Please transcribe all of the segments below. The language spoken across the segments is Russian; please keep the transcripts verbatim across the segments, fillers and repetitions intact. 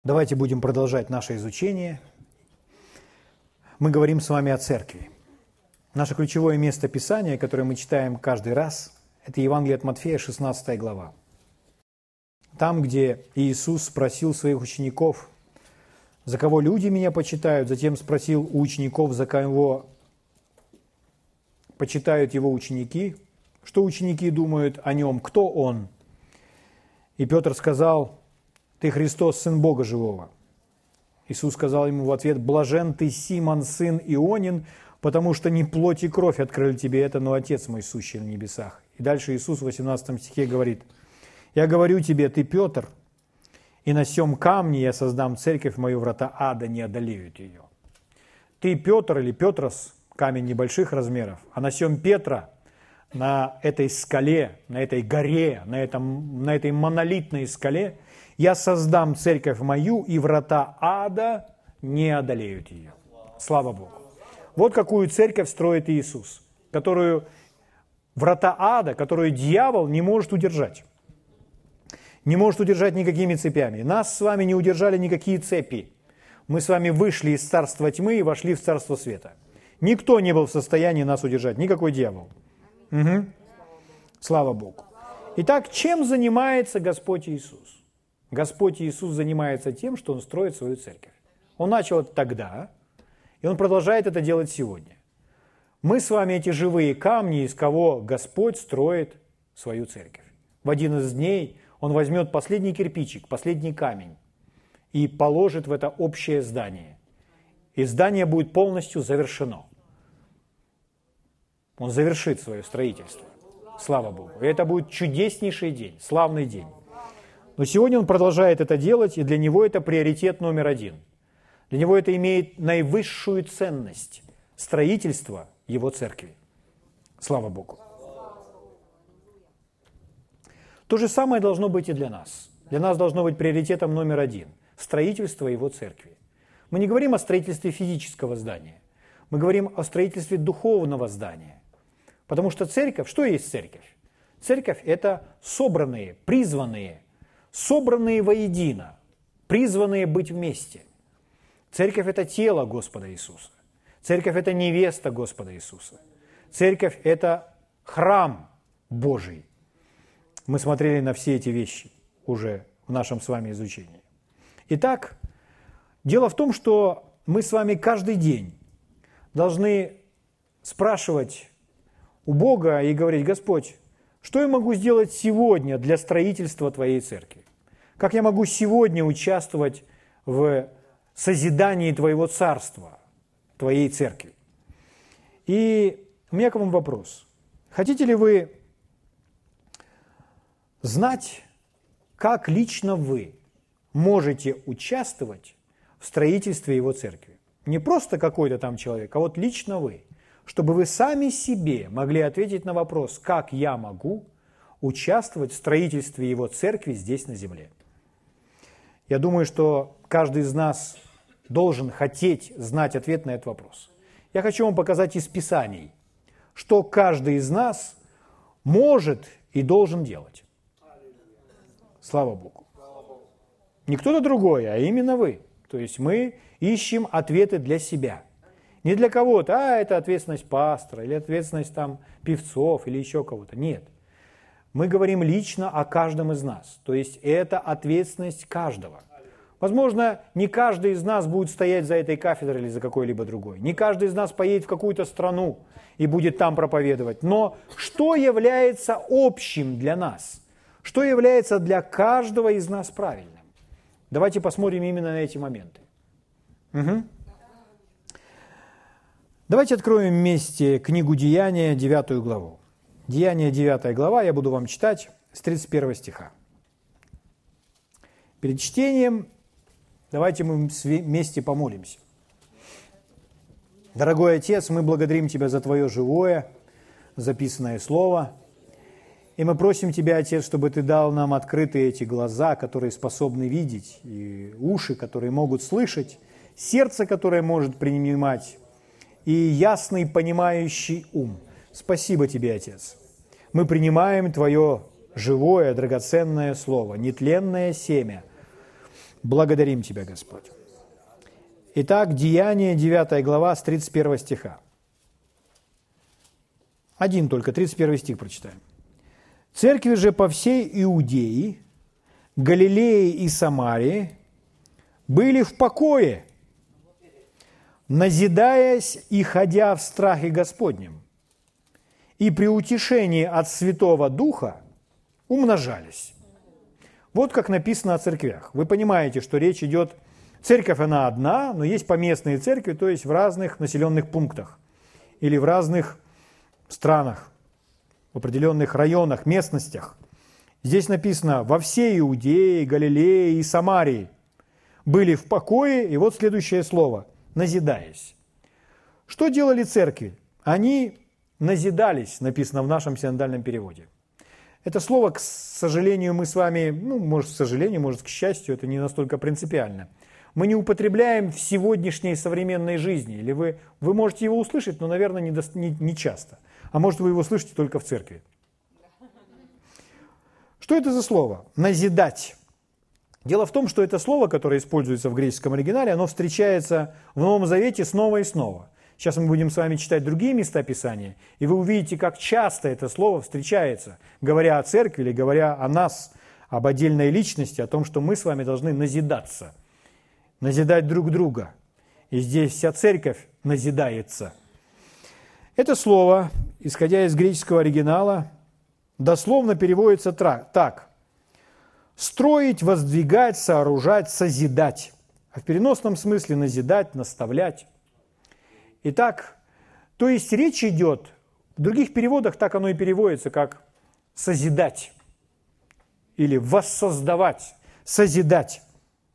Давайте будем продолжать наше изучение. Мы говорим с вами о церкви. Наше ключевое место Писания, которое мы читаем каждый раз, это Евангелие от Матфея, шестнадцатая глава. Там, где Иисус спросил своих учеников, за кого люди меня почитают, затем спросил у учеников, за кого почитают его ученики, что ученики думают о нем, кто он. И Петр сказал: «Ты Христос, Сын Бога Живого». Иисус сказал ему в ответ: «Блажен ты, Симон, сын Ионин, потому что не плоть и кровь открыли тебе это, но Отец мой, сущий на небесах». И дальше Иисус в восемнадцатом стихе говорит: «Я говорю тебе, ты Петр, и на сем камне я создам церковь мою, врата ада не одолеют ее». Ты Петр или Петрос, камень небольших размеров, а на сем Петра, на этой скале, на этой горе, на, этом, на этой монолитной скале, я создам церковь мою, и врата ада не одолеют ее. Слава Богу. Вот какую церковь строит Иисус, которую врата ада, которую дьявол не может удержать. Не может удержать никакими цепями. Нас с вами не удержали никакие цепи. Мы с вами вышли из царства тьмы и вошли в царство света. Никто не был в состоянии нас удержать, никакой дьявол. Угу. Слава Богу. Итак, чем занимается Господь Иисус? Господь Иисус занимается тем, что Он строит свою церковь. Он начал это тогда, и Он продолжает это делать сегодня. Мы с вами эти живые камни, из кого Господь строит свою церковь. В один из дней Он возьмет последний кирпичик, последний камень и положит в это общее здание. И здание будет полностью завершено. Он завершит свое строительство. Слава Богу. И это будет чудеснейший день, славный день. Но сегодня он продолжает это делать, и для него это приоритет номер один. Для него это имеет наивысшую ценность – строительство его церкви. Слава Богу. То же самое должно быть и для нас. Для нас должно быть приоритетом номер один – строительство его церкви. Мы не говорим о строительстве физического здания, мы говорим о строительстве духовного здания. Потому что церковь, что есть церковь? Церковь – это собранные, призванные, собранные воедино, призванные быть вместе. Церковь – это тело Господа Иисуса. Церковь – это невеста Господа Иисуса. Церковь – это храм Божий. Мы смотрели на все эти вещи уже в нашем с вами изучении. Итак, дело в том, что мы с вами каждый день должны спрашивать у Бога и говорить: Господь, что я могу сделать сегодня для строительства Твоей церкви? Как я могу сегодня участвовать в созидании Твоего царства, Твоей церкви? И у меня к вам вопрос. Хотите ли вы знать, как лично вы можете участвовать в строительстве Его церкви? Не просто какой-то там человек, а вот лично вы. Чтобы вы сами себе могли ответить на вопрос, как я могу участвовать в строительстве Его церкви здесь на земле. Я думаю, что каждый из нас должен хотеть знать ответ на этот вопрос. Я хочу вам показать из Писаний, что каждый из нас может и должен делать. Слава Богу. Не кто-то другой, а именно вы. То есть мы ищем ответы для себя. Не для кого-то, а это ответственность пастора, или ответственность там певцов, или еще кого-то. Нет. Мы говорим лично о каждом из нас. То есть это ответственность каждого. Возможно, не каждый из нас будет стоять за этой кафедрой или за какой-либо другой. Не каждый из нас поедет в какую-то страну и будет там проповедовать. Но что является общим для нас? Что является для каждого из нас правильным? Давайте посмотрим именно на эти моменты. Угу. Давайте откроем вместе книгу Деяния, девятую главу. Деяния, девятая глава, я буду вам читать с тридцать первого стиха. Перед чтением давайте мы вместе помолимся. Дорогой Отец, мы благодарим Тебя за Твое живое, записанное слово. И мы просим Тебя, Отец, чтобы Ты дал нам открытые эти глаза, которые способны видеть, и уши, которые могут слышать, сердце, которое может принимать, и ясный, понимающий ум. Спасибо Тебе, Отец. Мы принимаем Твое живое, драгоценное Слово, нетленное семя, Благодарим Тебя, Господь. Итак, Деяния, девятая глава, с тридцать первого стиха. Один только, тридцать первый стих прочитаем. «Церкви же по всей Иудее, Галилее и Самарии были в покое, назидаясь и ходя в страхе Господнем, и при утешении от Святого Духа умножались». Вот как написано о церквях. Вы понимаете, что речь идет, церковь она одна, но есть поместные церкви, то есть в разных населенных пунктах или в разных странах, в определенных районах, местностях. Здесь написано «во всей Иудее, Галилее и Самарии были в покое», и вот следующее слово «назидаясь». Что делали церкви? Они назидались, написано в нашем синодальном переводе. Это слово, к сожалению, мы с вами, ну, может, к сожалению, может, к счастью, это не настолько принципиально. Мы не употребляем в сегодняшней современной жизни. Или вы, вы можете его услышать, но, наверное, не, до, не, не часто. А может, вы его слышите только в церкви. Что это за слово? Назидать. Дело в том, что это слово, которое используется в греческом оригинале, оно встречается в Новом Завете снова и снова. Сейчас мы будем с вами читать другие места Писания, и вы увидите, как часто это слово встречается, говоря о церкви или говоря о нас, об отдельной личности, о том, что мы с вами должны назидаться, назидать друг друга. И здесь вся церковь назидается. Это слово, исходя из греческого оригинала, дословно переводится так: строить, воздвигать, сооружать, созидать. А в переносном смысле назидать, наставлять. Итак, то есть речь идет, в других переводах так оно и переводится, как созидать или воссоздавать, созидать.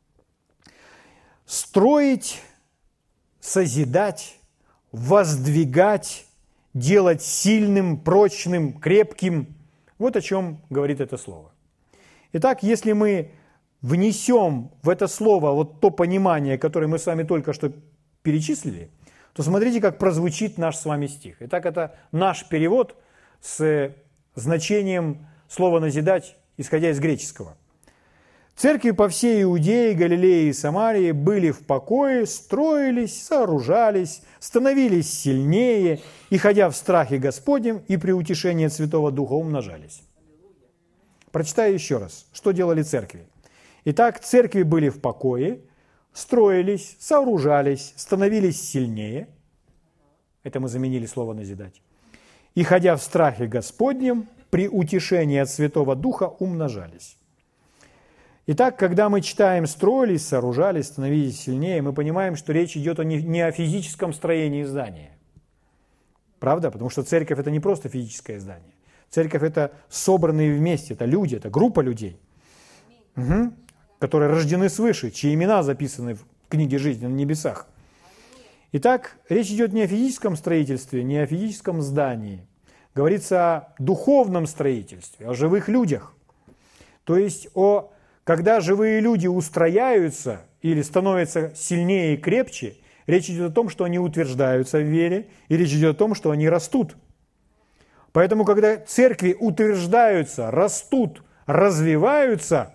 Строить, созидать, воздвигать, делать сильным, прочным, крепким. Вот о чем говорит это слово. Итак, если мы внесем в это слово вот то понимание, которое мы с вами только что перечислили, то смотрите, как прозвучит наш с вами стих. Итак, это наш перевод с значением слова «назидать», исходя из греческого. «Церкви по всей Иудее, Галилее и Самарии были в покое, строились, сооружались, становились сильнее, и, ходя в страхе Господнем, и при утешении от Святого Духа умножались». Прочитаю еще раз, что делали церкви. Итак, церкви были в покое, строились, сооружались, становились сильнее. Это мы заменили слово «назидать». И, ходя в страхе Господнем, при утешении от Святого Духа умножались. Итак, когда мы читаем «строились, сооружались, становились сильнее», мы понимаем, что речь идет не о физическом строении здания. Правда? Потому что церковь – это не просто физическое здание. Церковь – это собранные вместе, это люди, это группа людей. Угу. Которые рождены свыше, чьи имена записаны в книге жизни на небесах. Итак, речь идет не о физическом строительстве, не о физическом здании. Говорится о духовном строительстве, о живых людях. То есть, о, когда живые люди устрояются или становятся сильнее и крепче, речь идет о том, что они утверждаются в вере, и речь идет о том, что они растут. Поэтому, когда церкви утверждаются, растут, развиваются,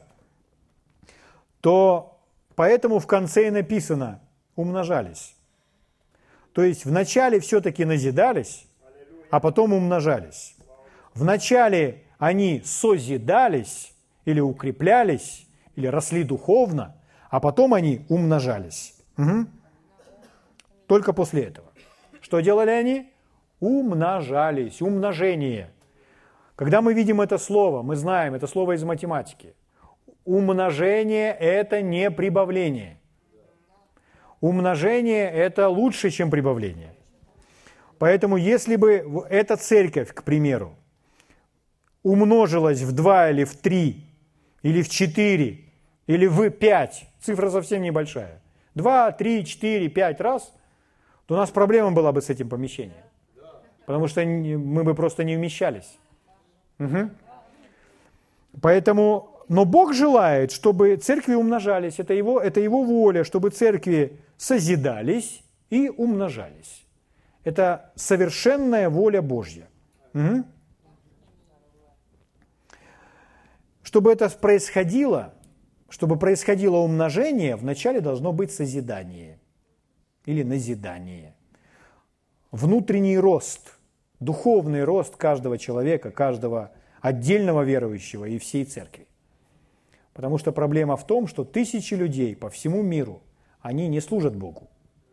то поэтому в конце и написано «умножались». То есть вначале все-таки назидались, а потом умножались. Вначале они созидались или укреплялись, или росли духовно, а потом они умножались. Угу. Только после этого. Что делали они? Умножались. Умножение. Когда мы видим это слово, мы знаем, это слово из математики. Умножение – это не прибавление. Умножение – это лучше, чем прибавление. Поэтому если бы эта церковь, к примеру, умножилась в два или в три, или в четыре, или в пять, цифра совсем небольшая, два, три, четыре, пять раз, то у нас проблема была бы с этим помещением. Потому что мы бы просто не вмещались. Угу. Поэтому... Но Бог желает, чтобы церкви умножались. Это его, это его воля, чтобы церкви созидались и умножались. Это совершенная воля Божья. Угу. Чтобы это происходило, чтобы происходило умножение, вначале должно быть созидание или назидание. Внутренний рост, духовный рост каждого человека, каждого отдельного верующего и всей церкви. Потому что проблема в том, что тысячи людей по всему миру, они не служат Богу.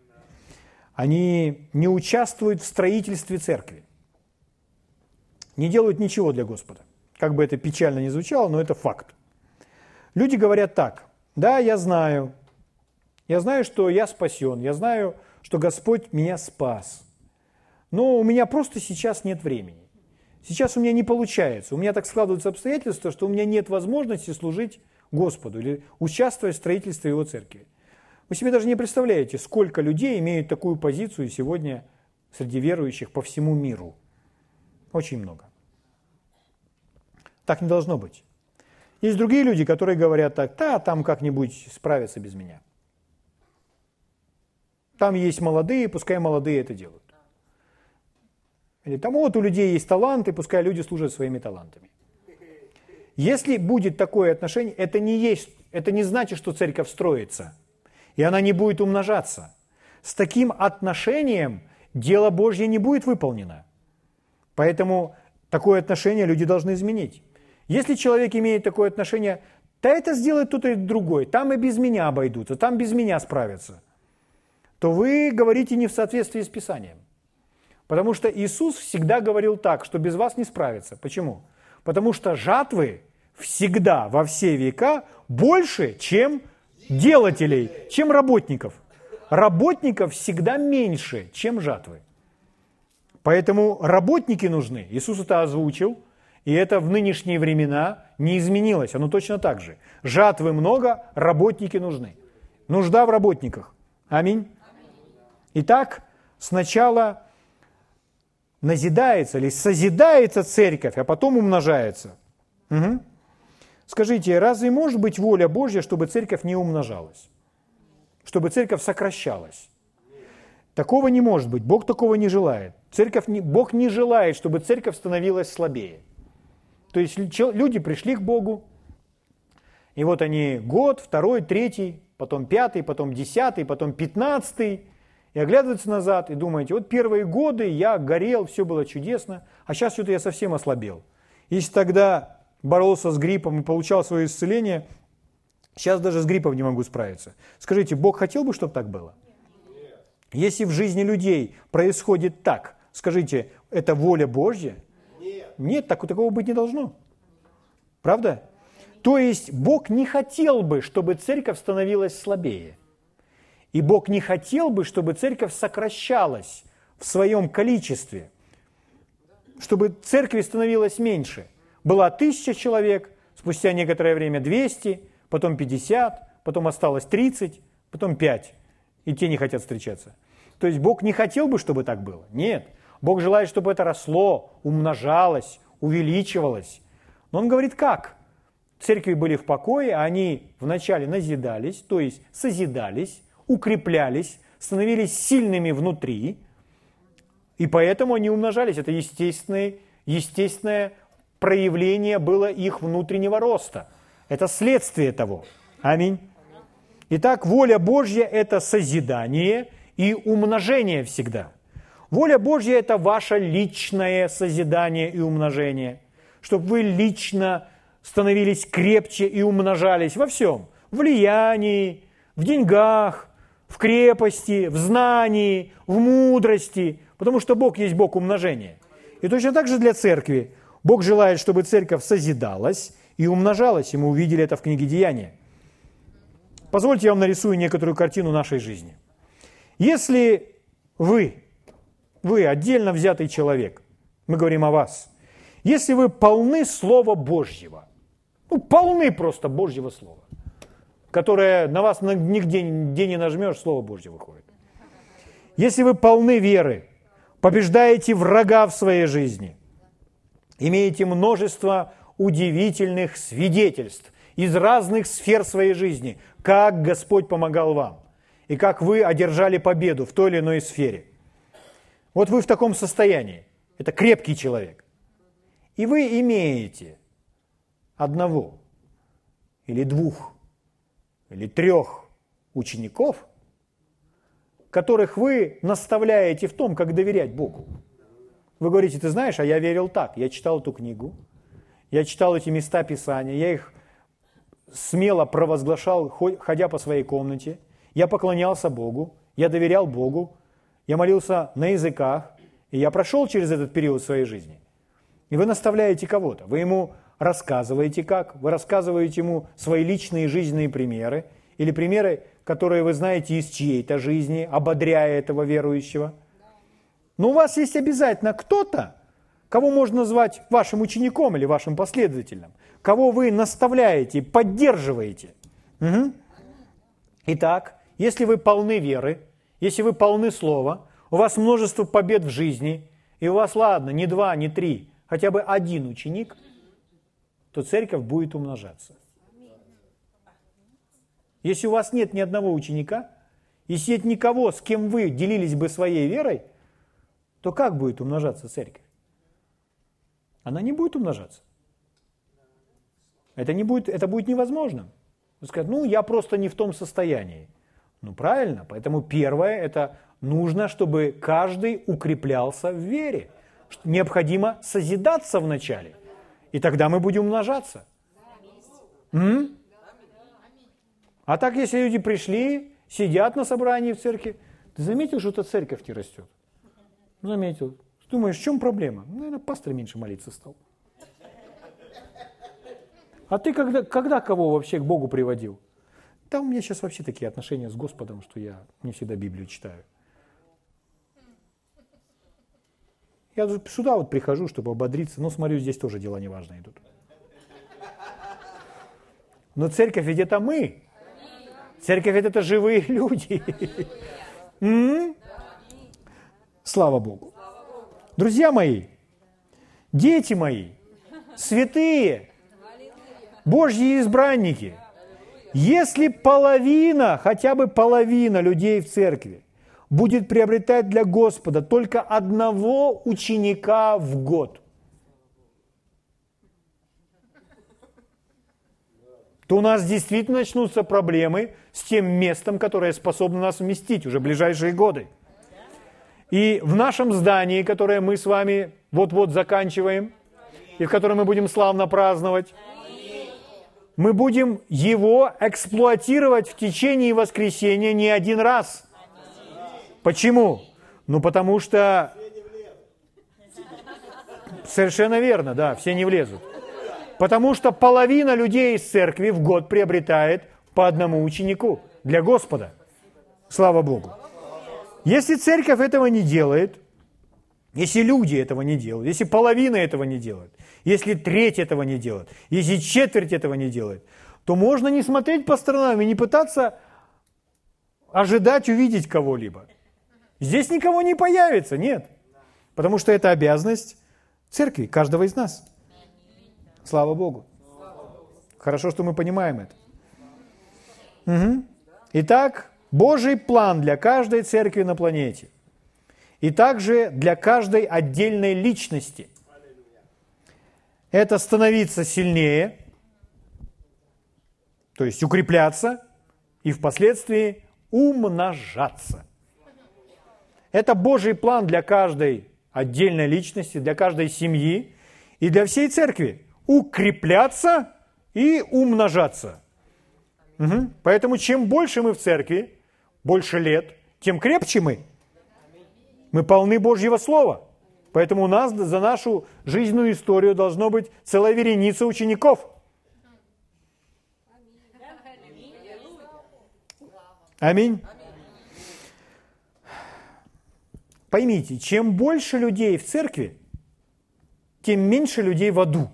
Они не участвуют в строительстве церкви. Не делают ничего для Господа. Как бы это печально ни звучало, но это факт. Люди говорят так: да, я знаю, я знаю, что я спасен, я знаю, что Господь меня спас, но у меня просто сейчас нет времени. Сейчас у меня не получается, у меня так складываются обстоятельства, что у меня нет возможности служить Господу или участвовать в строительстве Его церкви. Вы себе даже не представляете, сколько людей имеют такую позицию сегодня среди верующих по всему миру. Очень много. Так не должно быть. Есть другие люди, которые говорят так: да, там как-нибудь справятся без меня. Там есть молодые, пускай молодые это делают. Или там вот у людей есть таланты, пускай люди служат своими талантами. Если будет такое отношение, это не есть, это не значит, что церковь строится, и она не будет умножаться. С таким отношением дело Божье не будет выполнено. Поэтому такое отношение люди должны изменить. Если человек имеет такое отношение, да это сделает кто-то другой, там и без меня обойдутся, там без меня справятся, то вы говорите не в соответствии с Писанием. Потому что Иисус всегда говорил так, что без вас не справится. Почему? Потому что жатвы всегда во все века больше, чем делателей, чем работников. Работников всегда меньше, чем жатвы. Поэтому работники нужны. Иисус это озвучил, и это в нынешние времена не изменилось. Оно точно так же. Жатвы много, работники нужны. Нужда в работниках. Аминь. Итак, сначала назидается или созидается церковь, а потом умножается. Угу. Скажите, разве может быть воля Божья, чтобы церковь не умножалась? Чтобы церковь сокращалась? Такого не может быть. Бог такого не желает. Церковь не, Бог не желает, чтобы церковь становилась слабее. То есть люди пришли к Богу, и вот они год, второй, третий, потом пятый, потом десятый, потом пятнадцатый, и оглядываются назад и думаете: вот первые годы я горел, все было чудесно, а сейчас что-то я совсем ослабел. Если тогда боролся с гриппом и получал свое исцеление, сейчас даже с гриппом не могу справиться. Скажите, Бог хотел бы, чтобы так было? Нет. Если в жизни людей происходит так, скажите, это воля Божья? Нет. Нет, так, такого быть не должно. Правда? То есть Бог не хотел бы, чтобы церковь становилась слабее. И Бог не хотел бы, чтобы церковь сокращалась в своем количестве, чтобы церкви становилось меньше. Была тысяча человек, спустя некоторое время двести, потом пятьдесят, потом осталось тридцать, потом пять. И те не хотят встречаться. То есть Бог не хотел бы, чтобы так было? Нет. Бог желает, чтобы это росло, умножалось, увеличивалось. Но Он говорит, как? Церкви были в покое, они вначале назидались, то есть созидались, укреплялись, становились сильными внутри, и поэтому они умножались. Это естественное, естественное проявление было их внутреннего роста. Это следствие того. Аминь. Итак, воля Божья – это созидание и умножение всегда. Воля Божья – это ваше личное созидание и умножение, чтобы вы лично становились крепче и умножались во всем. В влиянии, в деньгах, в крепости, в знании, в мудрости, потому что Бог есть Бог умножения. И точно так же для церкви. Бог желает, чтобы церковь созидалась и умножалась, и мы увидели это в книге Деяния. Позвольте, я вам нарисую некоторую картину нашей жизни. Если вы, вы отдельно взятый человек, мы говорим о вас, если вы полны Слова Божьего, ну, полны просто Божьего Слова, которое на вас нигде, нигде не нажмешь, Слово Божье выходит. Если вы полны веры, побеждаете врага в своей жизни, имеете множество удивительных свидетельств из разных сфер своей жизни, как Господь помогал вам, и как вы одержали победу в той или иной сфере. Вот вы в таком состоянии. Это крепкий человек. И вы имеете одного или двух или трех учеников, которых вы наставляете в том, как доверять Богу. Вы говорите, ты знаешь, а я верил так, я читал эту книгу, я читал эти места Писания, я их смело провозглашал, ходя по своей комнате, я поклонялся Богу, я доверял Богу, я молился на языках, и я прошел через этот период своей жизни. И вы наставляете кого-то, вы ему рассказываете как, вы рассказываете ему свои личные жизненные примеры, или примеры, которые вы знаете из чьей-то жизни, ободряя этого верующего. Но у вас есть обязательно кто-то, кого можно назвать вашим учеником или вашим последователем, кого вы наставляете, поддерживаете. Угу. Итак, если вы полны веры, если вы полны слова, у вас множество побед в жизни, и у вас, ладно, не два, не три, хотя бы один ученик, то церковь будет умножаться. Если у вас нет ни одного ученика, если нет никого, с кем вы делились бы своей верой, то как будет умножаться церковь? Она не будет умножаться. Это, не будет, это будет невозможно. Вы скажете, ну, я просто не в том состоянии. Ну, правильно. Поэтому первое, это нужно, чтобы каждый укреплялся в вере. Необходимо созидаться вначале. И тогда мы будем умножаться. М? А так, если люди пришли, сидят на собрании в церкви, ты заметил, что эта церковь не растет? Заметил. Думаешь, в чем проблема? Ну, наверное, пастор меньше молиться стал. А ты когда, когда кого вообще к Богу приводил? Да у меня сейчас вообще такие отношения с Господом, что я не всегда Библию читаю. Я сюда вот прихожу, чтобы ободриться, но смотрю, здесь тоже дела неважные идут. Но церковь ведь это мы. Церковь ведь это живые люди. М-м? Слава Богу. Друзья мои, дети мои, святые, Божьи избранники, если половина, хотя бы половина людей в церкви будет приобретать для Господа только одного ученика в год, то у нас действительно начнутся проблемы с тем местом, которое способно нас вместить уже в ближайшие годы. И в нашем здании, которое мы с вами вот-вот заканчиваем, и в котором мы будем славно праздновать, мы будем его эксплуатировать в течение воскресенья не один раз. Почему? Ну, потому что... Совершенно верно, да, все не влезут. Потому что половина людей из церкви в год приобретает по одному ученику для Господа. Слава Богу. Если церковь этого не делает, если люди этого не делают, если половина этого не делает, если треть этого не делает, если четверть этого не делает, то можно не смотреть по сторонам и не пытаться ожидать увидеть кого-либо. Здесь никого не появится, нет. Потому что это обязанность церкви, каждого из нас. Слава Богу. Хорошо, что мы понимаем это. Угу. Итак, Божий план для каждой церкви на планете. И также для каждой отдельной личности. Это становиться сильнее, то есть укрепляться, и впоследствии умножаться. Это Божий план для каждой отдельной личности, для каждой семьи и для всей церкви. Укрепляться и умножаться. Угу. Поэтому чем больше мы в церкви, больше лет, тем крепче мы. Мы полны Божьего Слова. Поэтому у нас за нашу жизненную историю должно быть целая вереница учеников. Аминь. Поймите, чем больше людей в церкви, тем меньше людей в аду.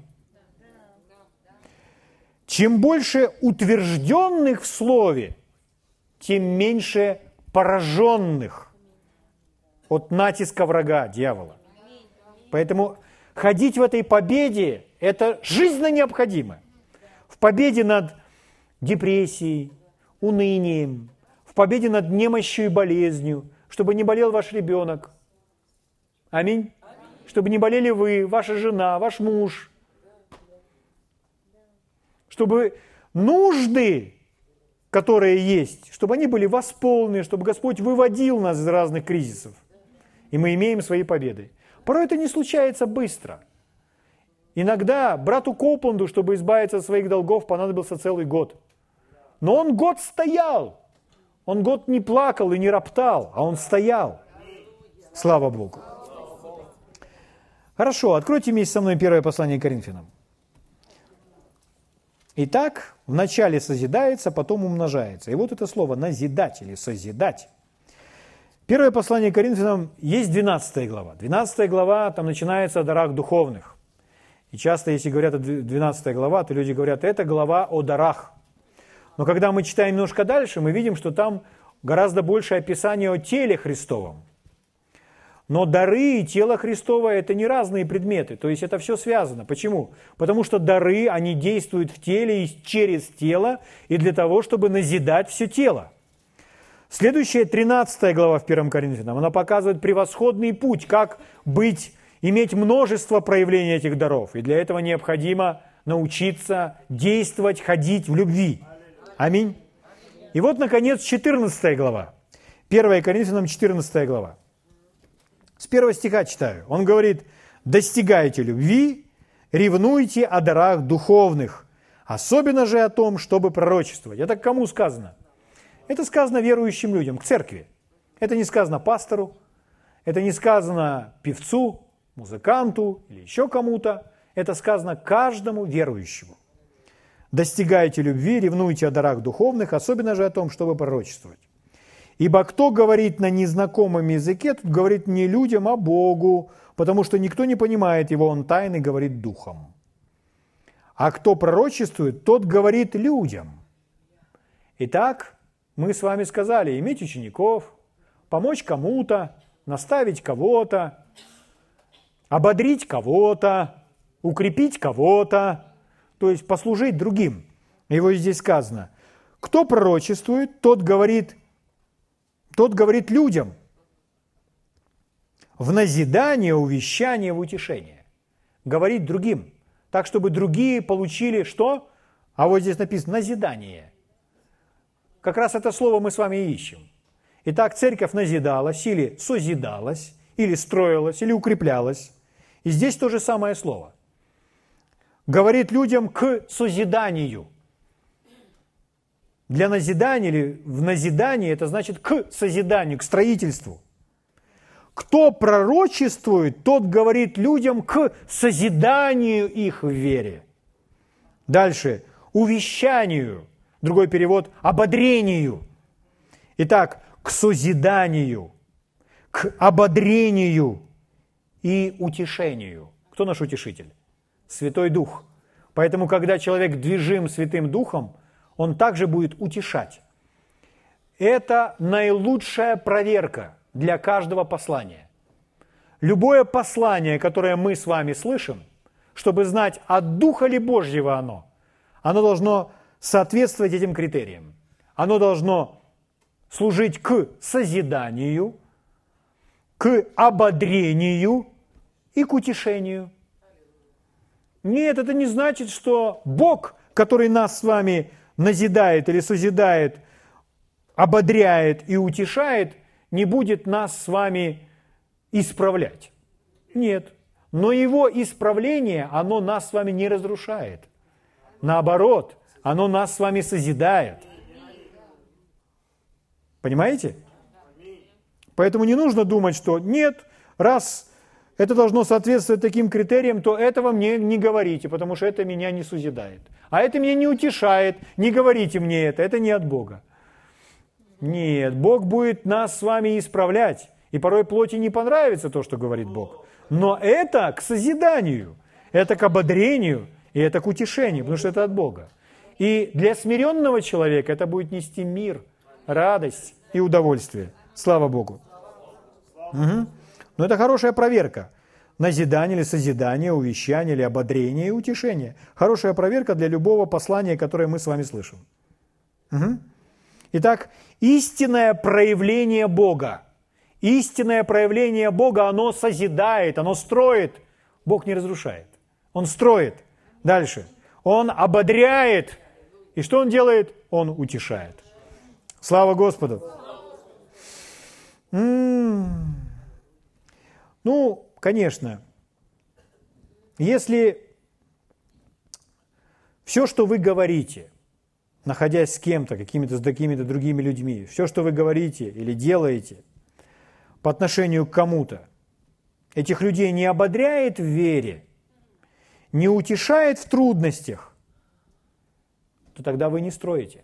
Чем больше утвержденных в Слове, тем меньше пораженных от натиска врага, дьявола. Поэтому ходить в этой победе – это жизненно необходимо. В победе над депрессией, унынием, в победе над немощью и болезнью, чтобы не болел ваш ребенок. Аминь. Чтобы не болели вы, ваша жена, ваш муж. Чтобы нужды, которые есть, чтобы они были восполнены, чтобы Господь выводил нас из разных кризисов. И мы имеем свои победы. Порой это не случается быстро. Иногда брату Копланду, чтобы избавиться от своих долгов, понадобился целый год. Но он год стоял. Он год не плакал и не роптал, а он стоял. Слава Богу. Хорошо, откройте вместе со мной первое послание к Коринфянам. Итак, вначале созидается, потом умножается. И вот это слово «назидать» или «созидать». Первое послание к Коринфянам есть двенадцатая глава. двенадцатая глава, там начинается о дарах духовных. И часто, если говорят о двенадцатой глава, то люди говорят, это глава о дарах. Но когда мы читаем немножко дальше, мы видим, что там гораздо больше описание о теле Христовом. Но дары и тело Христово – это не разные предметы, то есть это все связано. Почему? Потому что дары, они действуют в теле и через тело, и для того, чтобы назидать все тело. Следующая, тринадцатая глава в первом Коринфянам, она показывает превосходный путь, как быть, иметь множество проявлений этих даров. И для этого необходимо научиться действовать, ходить в любви. Аминь. И вот, наконец, четырнадцатая глава. первое Коринфянам, четырнадцатая глава. С первого стиха читаю. Он говорит, достигайте любви, ревнуйте о дарах духовных, особенно же о том, чтобы пророчествовать. Это к кому сказано? Это сказано верующим людям, к церкви. Это не сказано пастору, это не сказано певцу, музыканту или еще кому-то. Это сказано каждому верующему. Достигайте любви, ревнуйте о дарах духовных, особенно же о том, чтобы пророчествовать. Ибо кто говорит на незнакомом языке, тут говорит не людям, а Богу, потому что никто не понимает его, он тайный говорит духом. А кто пророчествует, тот говорит людям. Итак, мы с вами сказали, иметь учеников, помочь кому-то, наставить кого-то, ободрить кого-то, укрепить кого-то, то есть послужить другим. Его здесь сказано. Кто пророчествует, тот говорит Тот говорит людям в назидание, увещание, в утешение. Говорит другим, так, чтобы другие получили что? А вот здесь написано назидание. Как раз это слово мы с вами и ищем. Итак, церковь назидалась, или созидалась, или строилась, или укреплялась. И здесь то же самое слово. Говорит людям к созиданию. Для назидания или в назидании это значит к созиданию, к строительству. Кто пророчествует, тот говорит людям к созиданию их в вере. Дальше. Увещанию. Другой перевод. Ободрению. Итак, к созиданию, к ободрению и утешению. Кто наш утешитель? Святой Дух. Поэтому, когда человек движим Святым Духом, он также будет утешать. Это наилучшая проверка для каждого послания. Любое послание, которое мы с вами слышим, чтобы знать, от Духа ли Божьего оно, оно должно соответствовать этим критериям. Оно должно служить к созиданию, к ободрению и к утешению. Нет, это не значит, что Бог, который нас с вами назидает или созидает, ободряет и утешает, не будет нас с вами исправлять. Нет. Но Его исправление, оно нас с вами не разрушает. Наоборот, оно нас с вами созидает. Понимаете? Поэтому не нужно думать, что нет, раз это должно соответствовать таким критериям, то этого мне не говорите, потому что это меня не созидает. А это меня не утешает, не говорите мне это, это не от Бога. Нет, Бог будет нас с вами исправлять. И порой плоти не понравится то, что говорит Бог. Но это к созиданию, это к ободрению, и это к утешению, потому что это от Бога. И для смиренного человека это будет нести мир, радость и удовольствие. Слава Богу. Угу. Но это хорошая проверка. Назидание или созидание, увещание или ободрение и утешение. Хорошая проверка для любого послания, которое мы с вами слышим. Угу. Итак, истинное проявление Бога. Истинное проявление Бога, оно созидает, оно строит. Бог не разрушает. Он строит. Дальше. Он ободряет. И что Он делает? Он утешает. Слава Господу! М-м-м. Ну, конечно, если все, что вы говорите, находясь с кем-то, какими-то, с какими-то другими людьми, все, что вы говорите или делаете по отношению к кому-то, этих людей не ободряет в вере, не утешает в трудностях, то тогда вы не строите.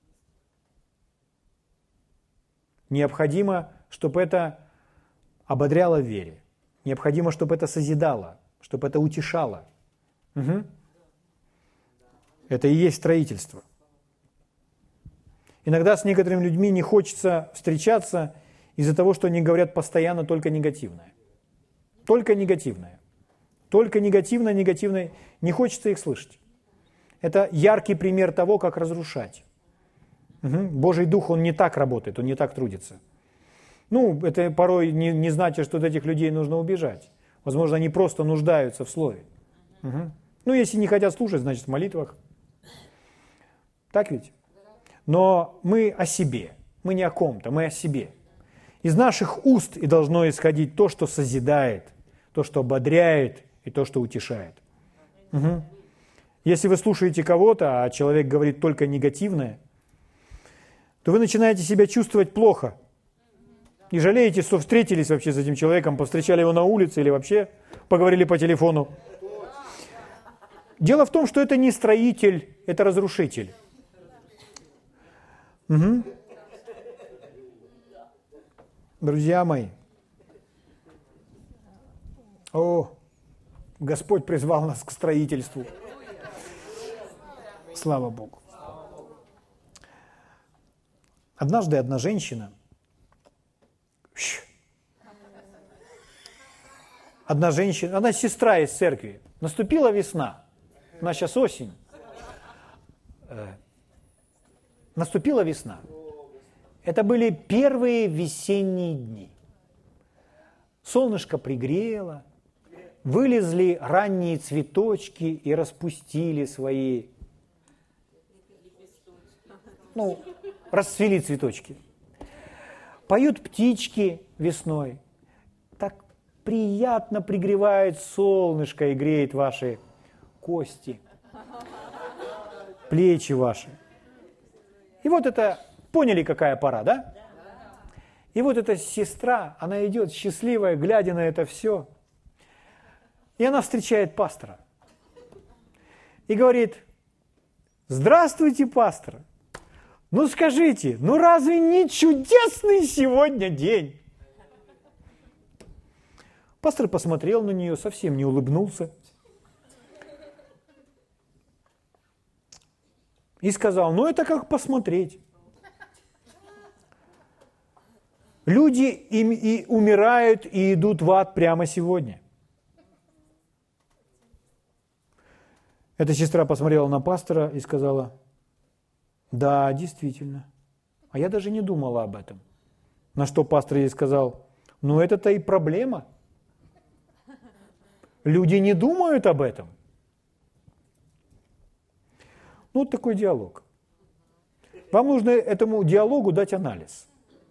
Необходимо, чтобы это ободряло в вере. Необходимо, чтобы это созидало, чтобы это утешало. Угу. Это и есть строительство. Иногда с некоторыми людьми не хочется встречаться из-за того, что они говорят постоянно только негативное. Только негативное. Только негативное, негативное. Не хочется их слышать. Это яркий пример того, как разрушать. Угу. Божий Дух, Он не так работает, Он не так трудится. Ну, это порой не, не значит, что от этих людей нужно убежать. Возможно, они просто нуждаются в слове. Угу. Ну, если не хотят слушать, значит, в молитвах. Так ведь? Но мы о себе. Мы не о ком-то, мы о себе. Из наших уст и должно исходить то, что созидает, то, что ободряет и то, что утешает. Угу. Если вы слушаете кого-то, а человек говорит только негативное, то вы начинаете себя чувствовать плохо. И жалеете, что встретились вообще с этим человеком, повстречали его на улице или вообще поговорили по телефону. Дело в том, что это не строитель, это разрушитель. Угу. Друзья мои, о, Господь призвал нас к строительству. Слава Богу. Однажды одна женщина, одна женщина, она сестра из церкви, наступила весна, у нас сейчас осень, наступила весна. Это были первые весенние дни. Солнышко пригрело, вылезли ранние цветочки и распустили свои, ну, расцвели цветочки. Поют птички весной. Так приятно пригревает солнышко и греет ваши кости, плечи ваши. И вот это, поняли, какая пора, да? И вот эта сестра, она идет счастливая, глядя на это все. И она встречает пастора. И говорит: здравствуйте, пастор. Ну скажите, ну разве не чудесный сегодня день? Пастор посмотрел на нее, совсем не улыбнулся. И сказал: ну это как посмотреть. Люди им и умирают, и идут в ад прямо сегодня. Эта сестра посмотрела на пастора и сказала: да, действительно. А я даже не думала об этом. На что пастор ей сказал: ну это-то и проблема. Люди не думают об этом. Ну, вот такой диалог. Вам нужно этому диалогу дать анализ.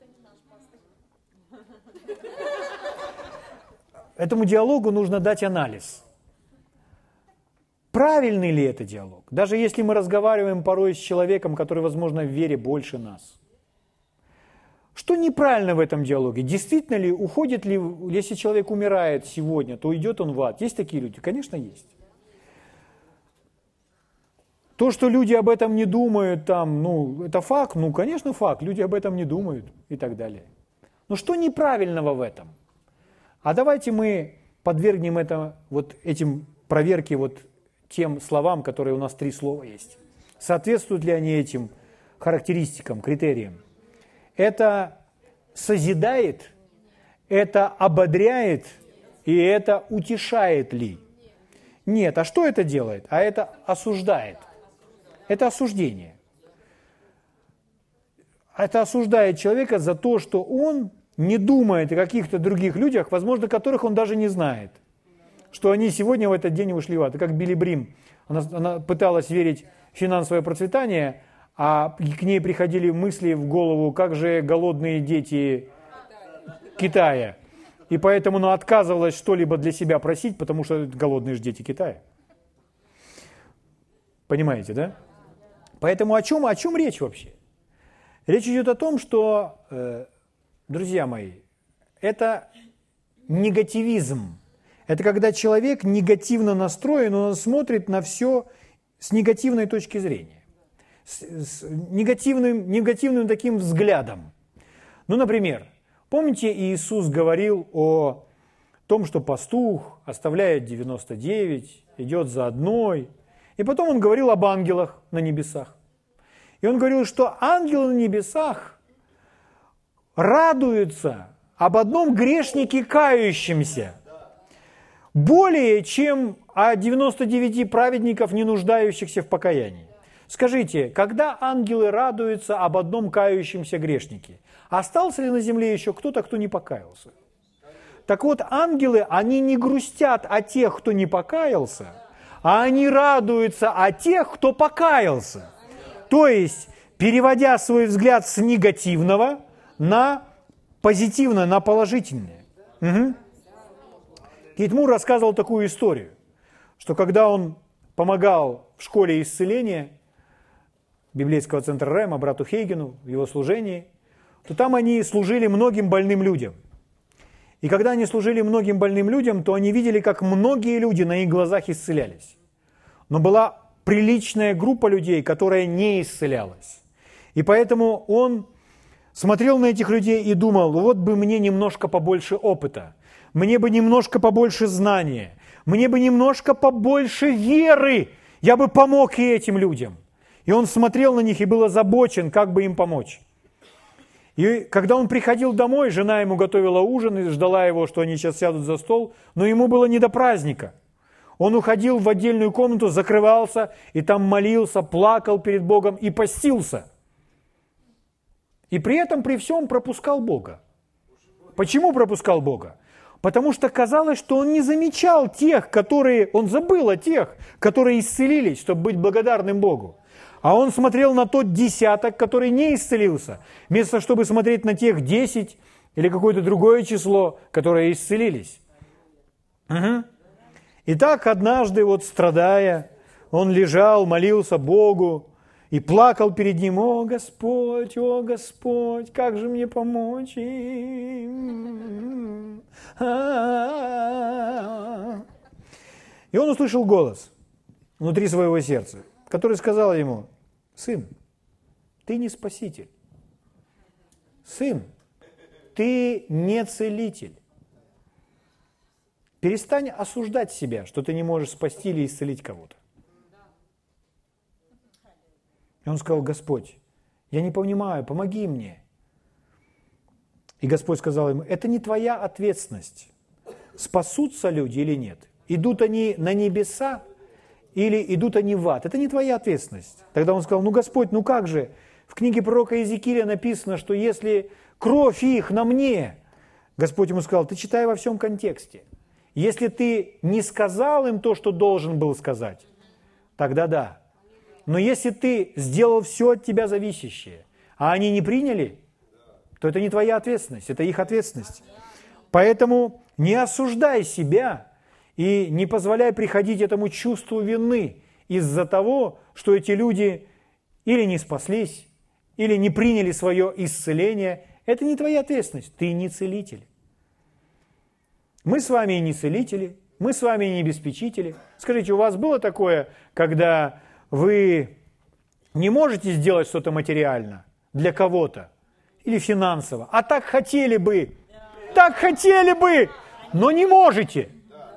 Этому диалогу нужно дать анализ. Правильный ли это диалог? Даже если мы разговариваем порой с человеком, который, возможно, в вере больше нас. Что неправильно в этом диалоге? Действительно ли, уходит ли, если человек умирает сегодня, то уйдет он в ад? Есть такие люди? Конечно, есть. То, что люди об этом не думают, там, ну, это факт, ну, конечно, факт, люди об этом не думают и так далее. Но что неправильного в этом? А давайте мы подвергнем это, вот этим проверке вот тем словам, которые у нас три слова есть. Соответствуют ли они этим характеристикам, критериям? Это созидает, это ободряет и это утешает ли? Нет, а что это делает? А это осуждает. Это осуждение. Это осуждает человека за то, что он не думает о каких-то других людях, возможно, которых он даже не знает. Что они сегодня в этот день ушли в ад. И как Билли Брим, она, она пыталась верить в финансовое процветание, а к ней приходили мысли в голову, как же голодные дети Китая. И поэтому она отказывалась что-либо для себя просить, потому что голодные же дети Китая. Понимаете, да? Поэтому о чем, о чем речь вообще? Речь идет о том, что, э, друзья мои, это негативизм. Это когда человек негативно настроен, он смотрит на все с негативной точки зрения, с, с негативным, негативным таким взглядом. Ну, например, помните, Иисус говорил о том, что пастух оставляет девяносто девять, идет за одной, и потом он говорил об ангелах на небесах. И он говорил, что ангелы на небесах радуются об одном грешнике кающемся, более чем о девяноста девяти праведников, не нуждающихся в покаянии. Скажите, когда ангелы радуются об одном кающемся грешнике, остался ли на земле еще кто-то, кто не покаялся? Так вот, ангелы, они не грустят о тех, кто не покаялся, а они радуются о тех, кто покаялся. То есть, переводя свой взгляд с негативного на позитивное, на положительное. Угу. Кейт Мур рассказывал такую историю, что когда он помогал в школе исцеления библейского центра Рэма брату Хейгену в его служении, то там они служили многим больным людям. И когда они служили многим больным людям, то они видели, как многие люди на их глазах исцелялись. Но была приличная группа людей, которая не исцелялась. И поэтому он смотрел на этих людей и думал, вот бы мне немножко побольше опыта, мне бы немножко побольше знания, мне бы немножко побольше веры, я бы помог и этим людям. И он смотрел на них и был озабочен, как бы им помочь. И когда он приходил домой, жена ему готовила ужин и ждала его, что они сейчас сядут за стол, но ему было не до праздника. Он уходил в отдельную комнату, закрывался и там молился, плакал перед Богом и постился. И при этом, при всем пропускал Бога. Почему пропускал Бога? Потому что казалось, что он не замечал тех, которые, он забыл о тех, которые исцелились, чтобы быть благодарным Богу. А он смотрел на тот десяток, который не исцелился, вместо чтобы смотреть на тех десять или какое-то другое число, которые исцелились. Угу. И так однажды, вот страдая, он лежал, молился Богу и плакал перед Ним: «О, Господь, о, Господь, как же мне помочь им?» И он услышал голос внутри своего сердца, который сказал ему: «Сын, ты не спаситель. Сын, ты не целитель. Перестань осуждать себя, что ты не можешь спасти или исцелить кого-то». И он сказал: «Господь, я не понимаю, помоги мне». И Господь сказал ему: «Это не твоя ответственность, спасутся люди или нет. Идут они на небеса или идут они в ад. Это не твоя ответственность». Тогда он сказал: «Ну, Господь, ну как же? В книге пророка Иезекииля написано, что если кровь их на мне...» Господь ему сказал: «Ты читай во всем контексте. Если ты не сказал им то, что должен был сказать, тогда да. Но если ты сделал все от тебя зависящее, а они не приняли, то это не твоя ответственность, это их ответственность. Поэтому не осуждай себя и не позволяй приходить этому чувству вины из-за того, что эти люди или не спаслись, или не приняли свое исцеление. Это не твоя ответственность, ты не целитель. Мы с вами и не целители, мы с вами и не обеспечители. Скажите, у вас было такое, когда вы не можете сделать что-то материально для кого-то или финансово, а так хотели бы, так хотели бы, но не можете?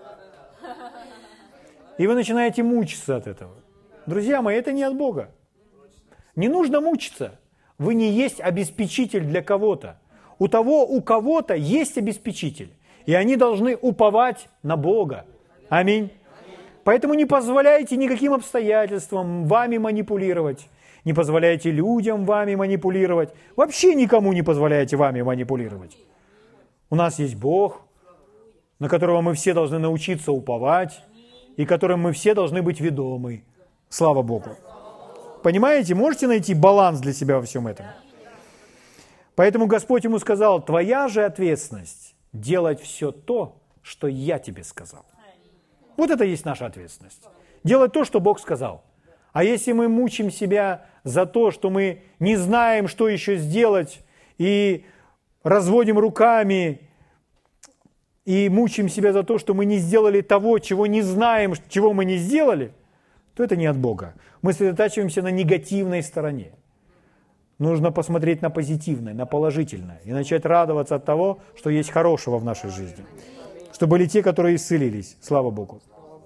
И вы начинаете мучиться от этого. Друзья мои, это не от Бога. Не нужно мучиться. Вы не есть обеспечитель для кого-то. У того, у кого-то есть обеспечитель. И они должны уповать на Бога. Аминь. Поэтому не позволяйте никаким обстоятельствам вами манипулировать. Не позволяйте людям вами манипулировать. Вообще никому не позволяйте вами манипулировать. У нас есть Бог, на которого мы все должны научиться уповать, и которым мы все должны быть ведомы. Слава Богу. Понимаете? Можете найти баланс для себя во всем этом? Поэтому Господь ему сказал: твоя же ответственность делать все то, что я тебе сказал. Вот это и есть наша ответственность. Делать то, что Бог сказал. А если мы мучим себя за то, что мы не знаем, что еще сделать, и разводим руками, и мучаем себя за то, что мы не сделали того, чего не знаем, чего мы не сделали, то это не от Бога. Мы сосредотачиваемся на негативной стороне. Нужно посмотреть на позитивное, на положительное, и начать радоваться от того, что есть хорошего в нашей жизни. Что были те, которые исцелились. Слава Богу.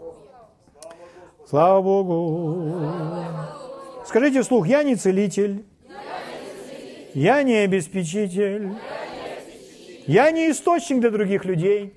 Слава Богу. Скажите вслух: я не целитель, я не обеспечитель, я не источник для других людей.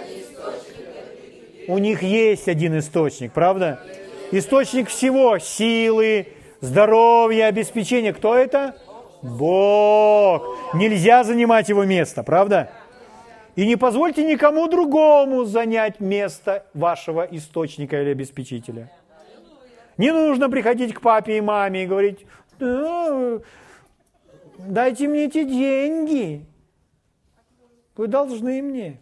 У них есть один источник, правда? Источник всего: силы, здоровья, обеспечения. Кто это? Бог. Нельзя занимать его место, правда? И не позвольте никому другому занять место вашего источника или обеспечителя. Не нужно приходить к папе и маме и говорить: дайте мне эти деньги, вы должны мне.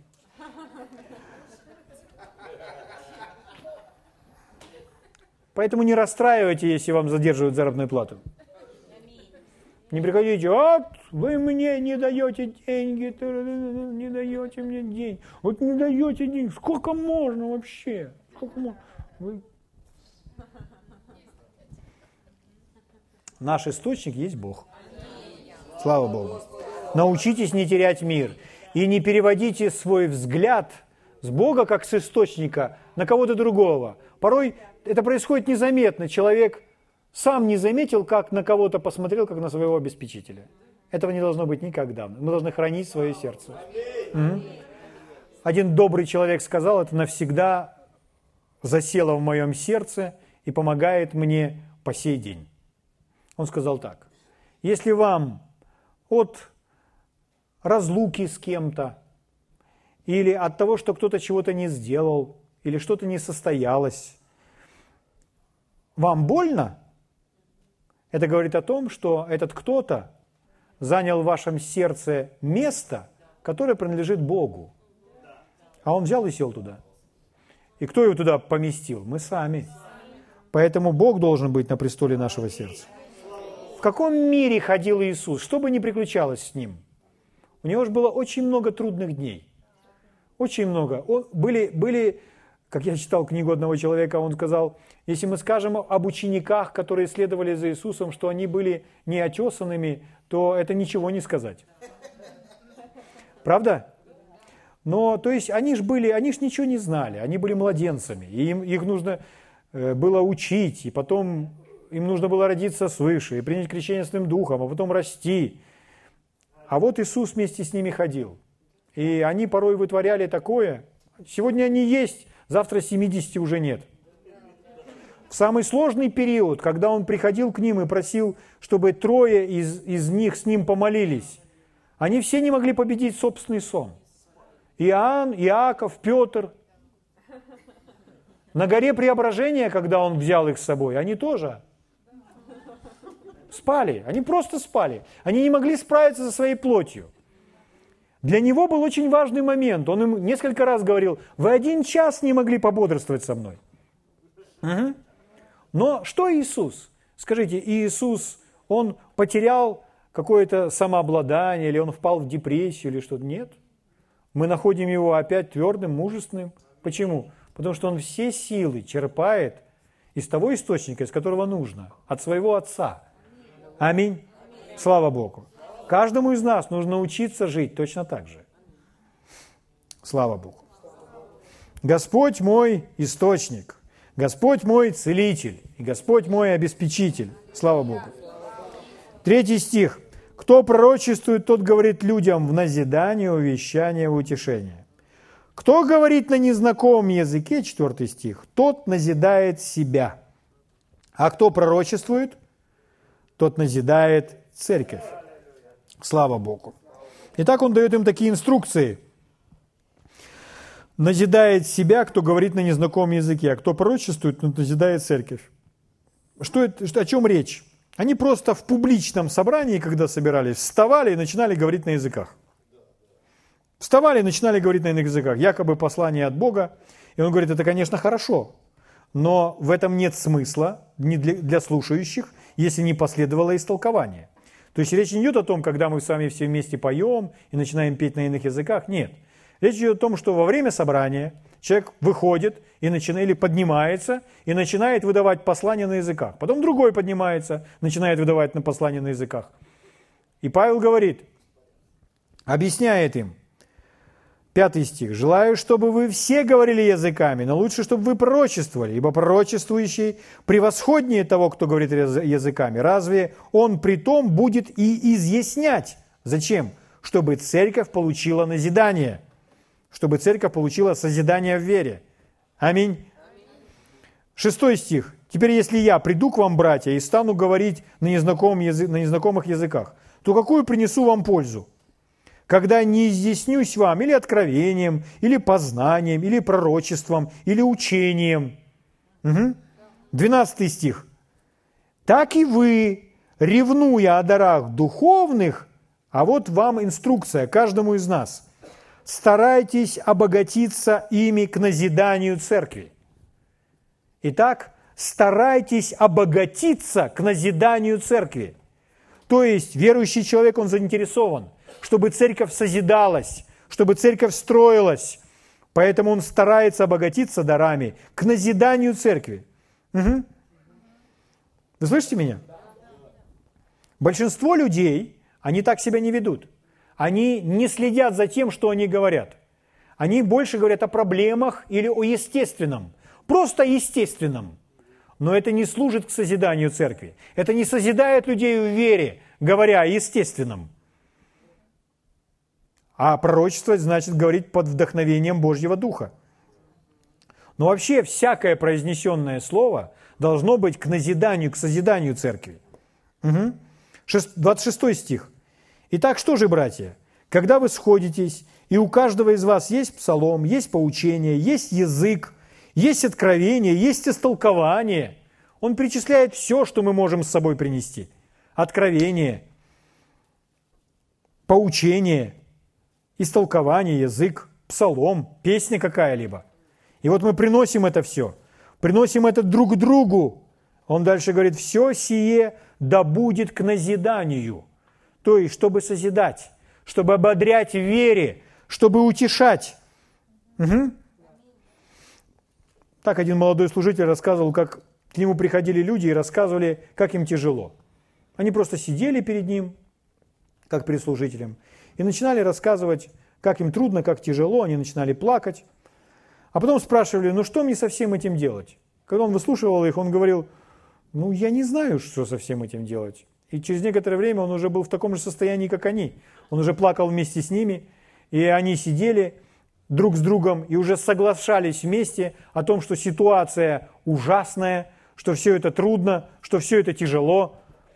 Поэтому не расстраивайте, если вам задерживают заработную плату. Не приходите: вот вы мне не даете деньги, не даете мне деньги, вот не даете деньги, сколько можно вообще? Сколько можно? Вы... Наш источник есть Бог. Слава Богу. Научитесь не терять мир и не переводите свой взгляд с Бога, как с источника, на кого-то другого. Порой это происходит незаметно. Человек сам не заметил, как на кого-то посмотрел, как на своего обеспечителя. Этого не должно быть никогда. Мы должны хранить свое сердце. Угу. Один добрый человек сказал: это навсегда засело в моем сердце и помогает мне по сей день. Он сказал так: если вам от разлуки с кем-то, или от того, что кто-то чего-то не сделал, или что-то не состоялось, вам больно, это говорит о том, что этот кто-то занял в вашем сердце место, которое принадлежит Богу. А он взял и сел туда. И кто его туда поместил? Мы сами. Поэтому Бог должен быть на престоле нашего сердца. В каком мире ходил Иисус? Что бы ни приключалось с Ним? У Него же было очень много трудных дней. Очень много. Он, были, были, как я читал книгу одного человека, он сказал: если мы скажем об учениках, которые следовали за Иисусом, что они были неотесанными, то это ничего не сказать. Правда? Но, то есть, они же были, они ж ничего не знали, они были младенцами, и им, их нужно было учить, и потом им нужно было родиться свыше, и принять крещение Святым Духом, а потом расти. А вот Иисус вместе с ними ходил. И они порой вытворяли такое. Сегодня они есть, завтра семидесяти уже нет. В самый сложный период, когда Он приходил к ним и просил, чтобы трое из, из них с Ним помолились, они все не могли победить собственный сон. Иоанн, Иаков, Петр. На горе Преображения, когда Он взял их с собой, они тоже спали. Они просто спали. Они не могли справиться со своей плотью. Для Него был очень важный момент. Он им несколько раз говорил: вы один час не могли пободрствовать со мной. Угу. Но что Иисус? Скажите, Иисус, Он потерял какое-то самообладание, или Он впал в депрессию, или что-то? Нет. Мы находим Его опять твердым, мужественным. Почему? Потому что Он все силы черпает из того источника, из которого нужно, от своего Отца. Аминь. Слава Богу. Каждому из нас нужно учиться жить точно так же. Слава Богу. Господь мой источник, Господь мой целитель, и Господь мой обеспечитель. Слава Богу. Третий стих. Кто пророчествует, тот говорит людям в назидание, увещание, в утешение. Кто говорит на незнакомом языке, четвертый стих, тот назидает себя. А кто пророчествует, тот назидает церковь. Слава Богу. Итак, Он дает им такие инструкции. Назидает себя, кто говорит на незнакомом языке, а кто пророчествует, тот назидает церковь. что это, что, о чем речь? Они просто в публичном собрании, когда собирались, вставали и начинали говорить на языках. Вставали и начинали говорить на иных языках, якобы послание от Бога. И он говорит, это, конечно, хорошо, но в этом нет смысла для, для слушающих, если не последовало истолкование. То есть речь не идет о том, когда мы с вами все вместе поем и начинаем петь на иных языках. Нет. Речь идет о том, что во время собрания человек выходит и начинает, или поднимается и начинает выдавать послания на языках. Потом другой поднимается, начинает выдавать на послания на языках. И Павел говорит, объясняет им, пятый стих. «Желаю, чтобы вы все говорили языками, но лучше, чтобы вы пророчествовали, ибо пророчествующий превосходнее того, кто говорит языками. Разве он при том будет и изъяснять?» Зачем? Чтобы церковь получила назидание, чтобы церковь получила созидание в вере. Аминь. Шестой стих. «Теперь, если я приду к вам, братья, и стану говорить на, незнакомом язы... на незнакомых языках, то какую принесу вам пользу? Когда не изъяснюсь вам или откровением, или познанием, или пророчеством, или учением». Угу. двенадцатый стих. «Так и вы, ревнуя о дарах духовных», а вот вам инструкция каждому из нас, «старайтесь обогатиться ими к назиданию церкви». Итак, старайтесь обогатиться к назиданию церкви. То есть верующий человек, он заинтересован, чтобы церковь созидалась, чтобы церковь строилась. Поэтому он старается обогатиться дарами к назиданию церкви. Угу. Вы слышите меня? Большинство людей, они так себя не ведут. Они не следят за тем, что они говорят. Они больше говорят о проблемах или о естественном. Просто естественном. Но это не служит к созиданию церкви. Это не созидает людей в вере, говоря о естественном. А пророчествовать значит говорить под вдохновением Божьего Духа. Но вообще всякое произнесенное слово должно быть к назиданию, к созиданию церкви. Угу. двадцать шестой стих. «Итак, что же, братья, когда вы сходитесь, и у каждого из вас есть псалом, есть поучение, есть язык, есть откровение, есть истолкование». Он перечисляет все, что мы можем с собой принести. Откровение, поучение, истолкование, язык, псалом, песня какая-либо. И вот мы приносим это все, приносим это друг другу. Он дальше говорит, все сие да будет к назиданию. То есть, чтобы созидать, чтобы ободрять в вере, чтобы утешать. Угу. Так один молодой служитель рассказывал, как к нему приходили люди и рассказывали, как им тяжело. Они просто сидели перед ним, как перед служителем, и начинали рассказывать, как им трудно, как тяжело, они начинали плакать. А потом спрашивали, ну что мне со всем этим делать? Когда он выслушивал их, он говорил, ну я не знаю, что со всем этим делать. И через некоторое время он уже был в таком же состоянии, как они. Он уже плакал вместе с ними, и они сидели друг с другом и уже соглашались вместе о том, что ситуация ужасная, что все это трудно, что все это тяжело.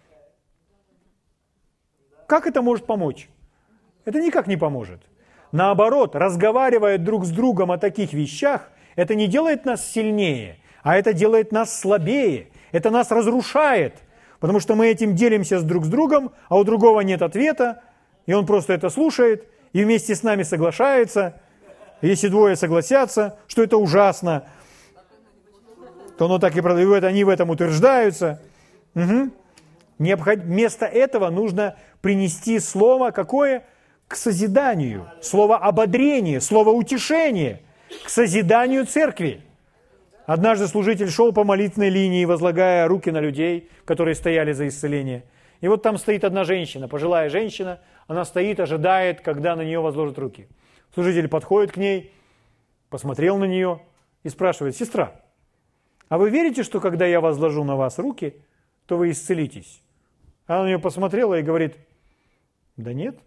Как это может помочь? Это никак не поможет. Наоборот, разговаривая друг с другом о таких вещах, это не делает нас сильнее, а это делает нас слабее, это нас разрушает, потому что мы этим делимся с друг с другом, а у другого нет ответа, и он просто это слушает, и вместе с нами соглашается. Если двое согласятся, что это ужасно, то оно так и продают, они в этом утверждаются. Угу. Необход... Вместо этого нужно принести слово какое? К созиданию, слово ободрение, слово утешение, к созиданию церкви. Однажды служитель шел по молитвенной линии, возлагая руки на людей, которые стояли за исцеление. И вот там стоит одна женщина, пожилая женщина, она стоит, ожидает, когда на нее возложат руки. Служитель подходит к ней, посмотрел на нее и спрашивает, сестра, а вы верите, что когда я возложу на вас руки, то вы исцелитесь? Она на нее посмотрела и говорит, да нет.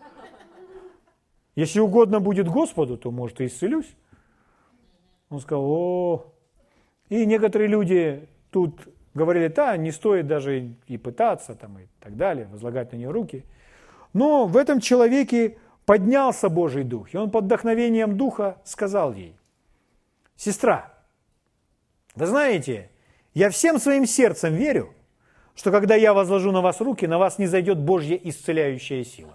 Если угодно будет Господу, то, может, и исцелюсь. Он сказал, о. И некоторые люди тут говорили, да, не стоит даже и пытаться, там, и так далее, возлагать на нее руки. Но в этом человеке поднялся Божий Дух, и он под вдохновением Духа сказал ей, сестра, вы знаете, Я всем своим сердцем верю, что когда я возложу на вас руки, на вас не зайдет Божья исцеляющая сила.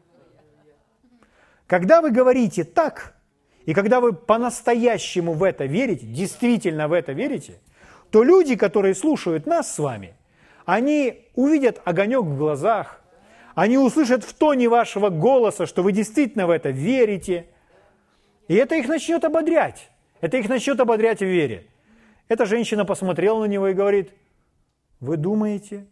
Когда вы говорите так, и когда вы по-настоящему в это верите, действительно в это верите, то люди, которые слушают нас с вами, они увидят огонек в глазах, они услышат в тоне вашего голоса, что вы действительно в это верите, и это их начнет ободрять. Это их начнет ободрять в вере. Эта женщина посмотрела на него и говорит: вы думаете?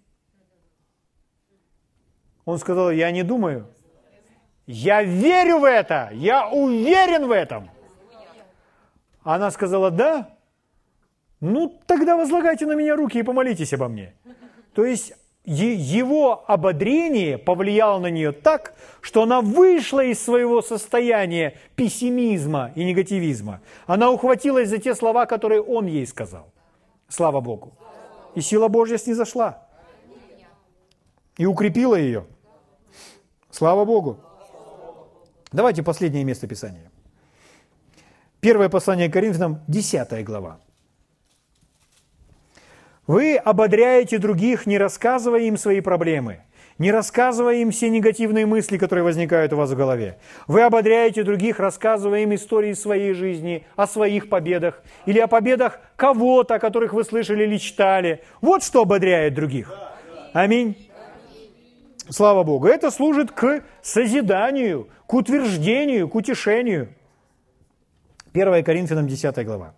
Он сказал: я не думаю. Я верю в это, я уверен в этом. Она сказала: да? Ну, тогда возлагайте на меня руки и помолитесь обо мне. То есть его ободрение повлияло на нее так, что она вышла из своего состояния пессимизма и негативизма. Она ухватилась за те слова, которые он ей сказал. Слава Богу. И сила Божья снизошла. И укрепила ее. Слава Богу. Давайте последнее место Писания. Первое послание к Коринфянам, десятая глава. Вы ободряете других, не рассказывая им свои проблемы, не рассказывая им все негативные мысли, которые возникают у вас в голове. Вы ободряете других, рассказывая им истории своей жизни, о своих победах или о победах кого-то, о которых вы слышали или читали. Вот что ободряет других. Аминь. Слава Богу. Это служит к созиданию, к утверждению, к утешению. первое Коринфянам, десятая глава.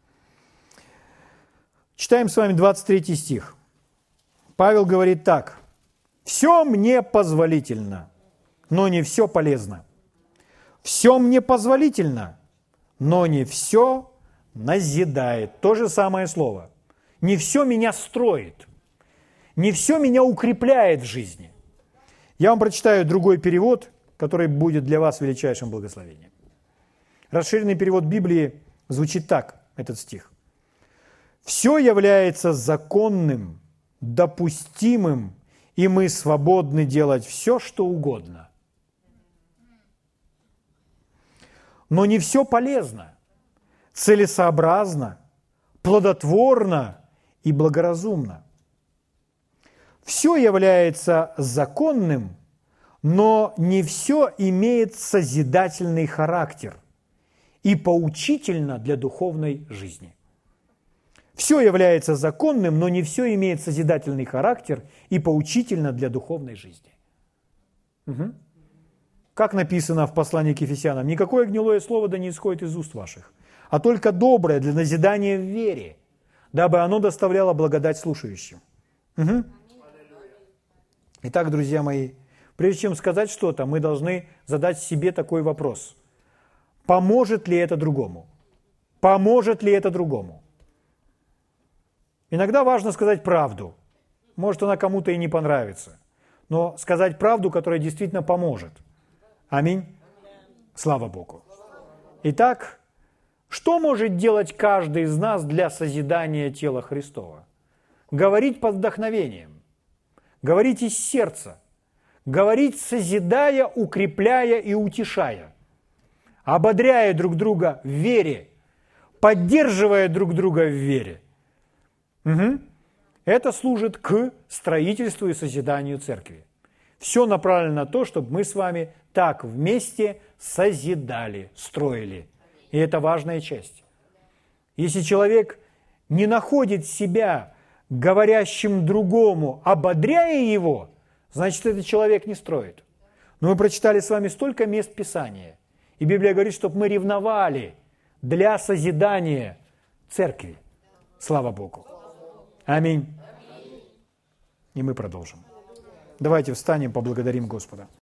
Читаем с вами двадцать третий стих. Павел говорит так: «Все мне позволительно, но не все полезно. Все мне позволительно, но не все назидает». То же самое слово. Не все меня строит, не все меня укрепляет в жизни. Я вам прочитаю другой перевод, который будет для вас величайшим благословением. Расширенный перевод Библии звучит так, этот стих. «Все является законным, допустимым, и мы свободны делать все, что угодно. Но не все полезно, целесообразно, плодотворно и благоразумно. Все является законным, но не все имеет созидательный характер и поучительно для духовной жизни». Все является законным, но не все имеет созидательный характер и поучительно для духовной жизни. Угу. Как написано в послании к Ефесянам: «Никакое гнилое слово да не исходит из уст ваших, а только доброе для назидания в вере, дабы оно доставляло благодать слушающим». Угу. Итак, друзья мои, прежде чем сказать что-то, мы должны задать себе такой вопрос: поможет ли это другому? Поможет ли это другому? Иногда важно сказать правду. Может, она кому-то и не понравится. Но сказать правду, которая действительно поможет. Аминь. Слава Богу. Итак, что может делать каждый из нас для созидания тела Христова? Говорить под вдохновением. Говорить из сердца. Говорить, созидая, укрепляя и утешая. Ободряя друг друга в вере. Поддерживая друг друга в вере. Угу. Это служит к строительству и созиданию церкви. Все направлено на то, чтобы мы с вами так вместе созидали, строили. И это важная часть. Если человек не находит себя говорящим другому, ободряя его, значит, этот человек не строит. Но мы прочитали с вами столько мест Писания. И Библия говорит, чтобы мы ревновали для созидания церкви. Слава Богу. Аминь. И мы продолжим. Давайте встанем, поблагодарим Господа.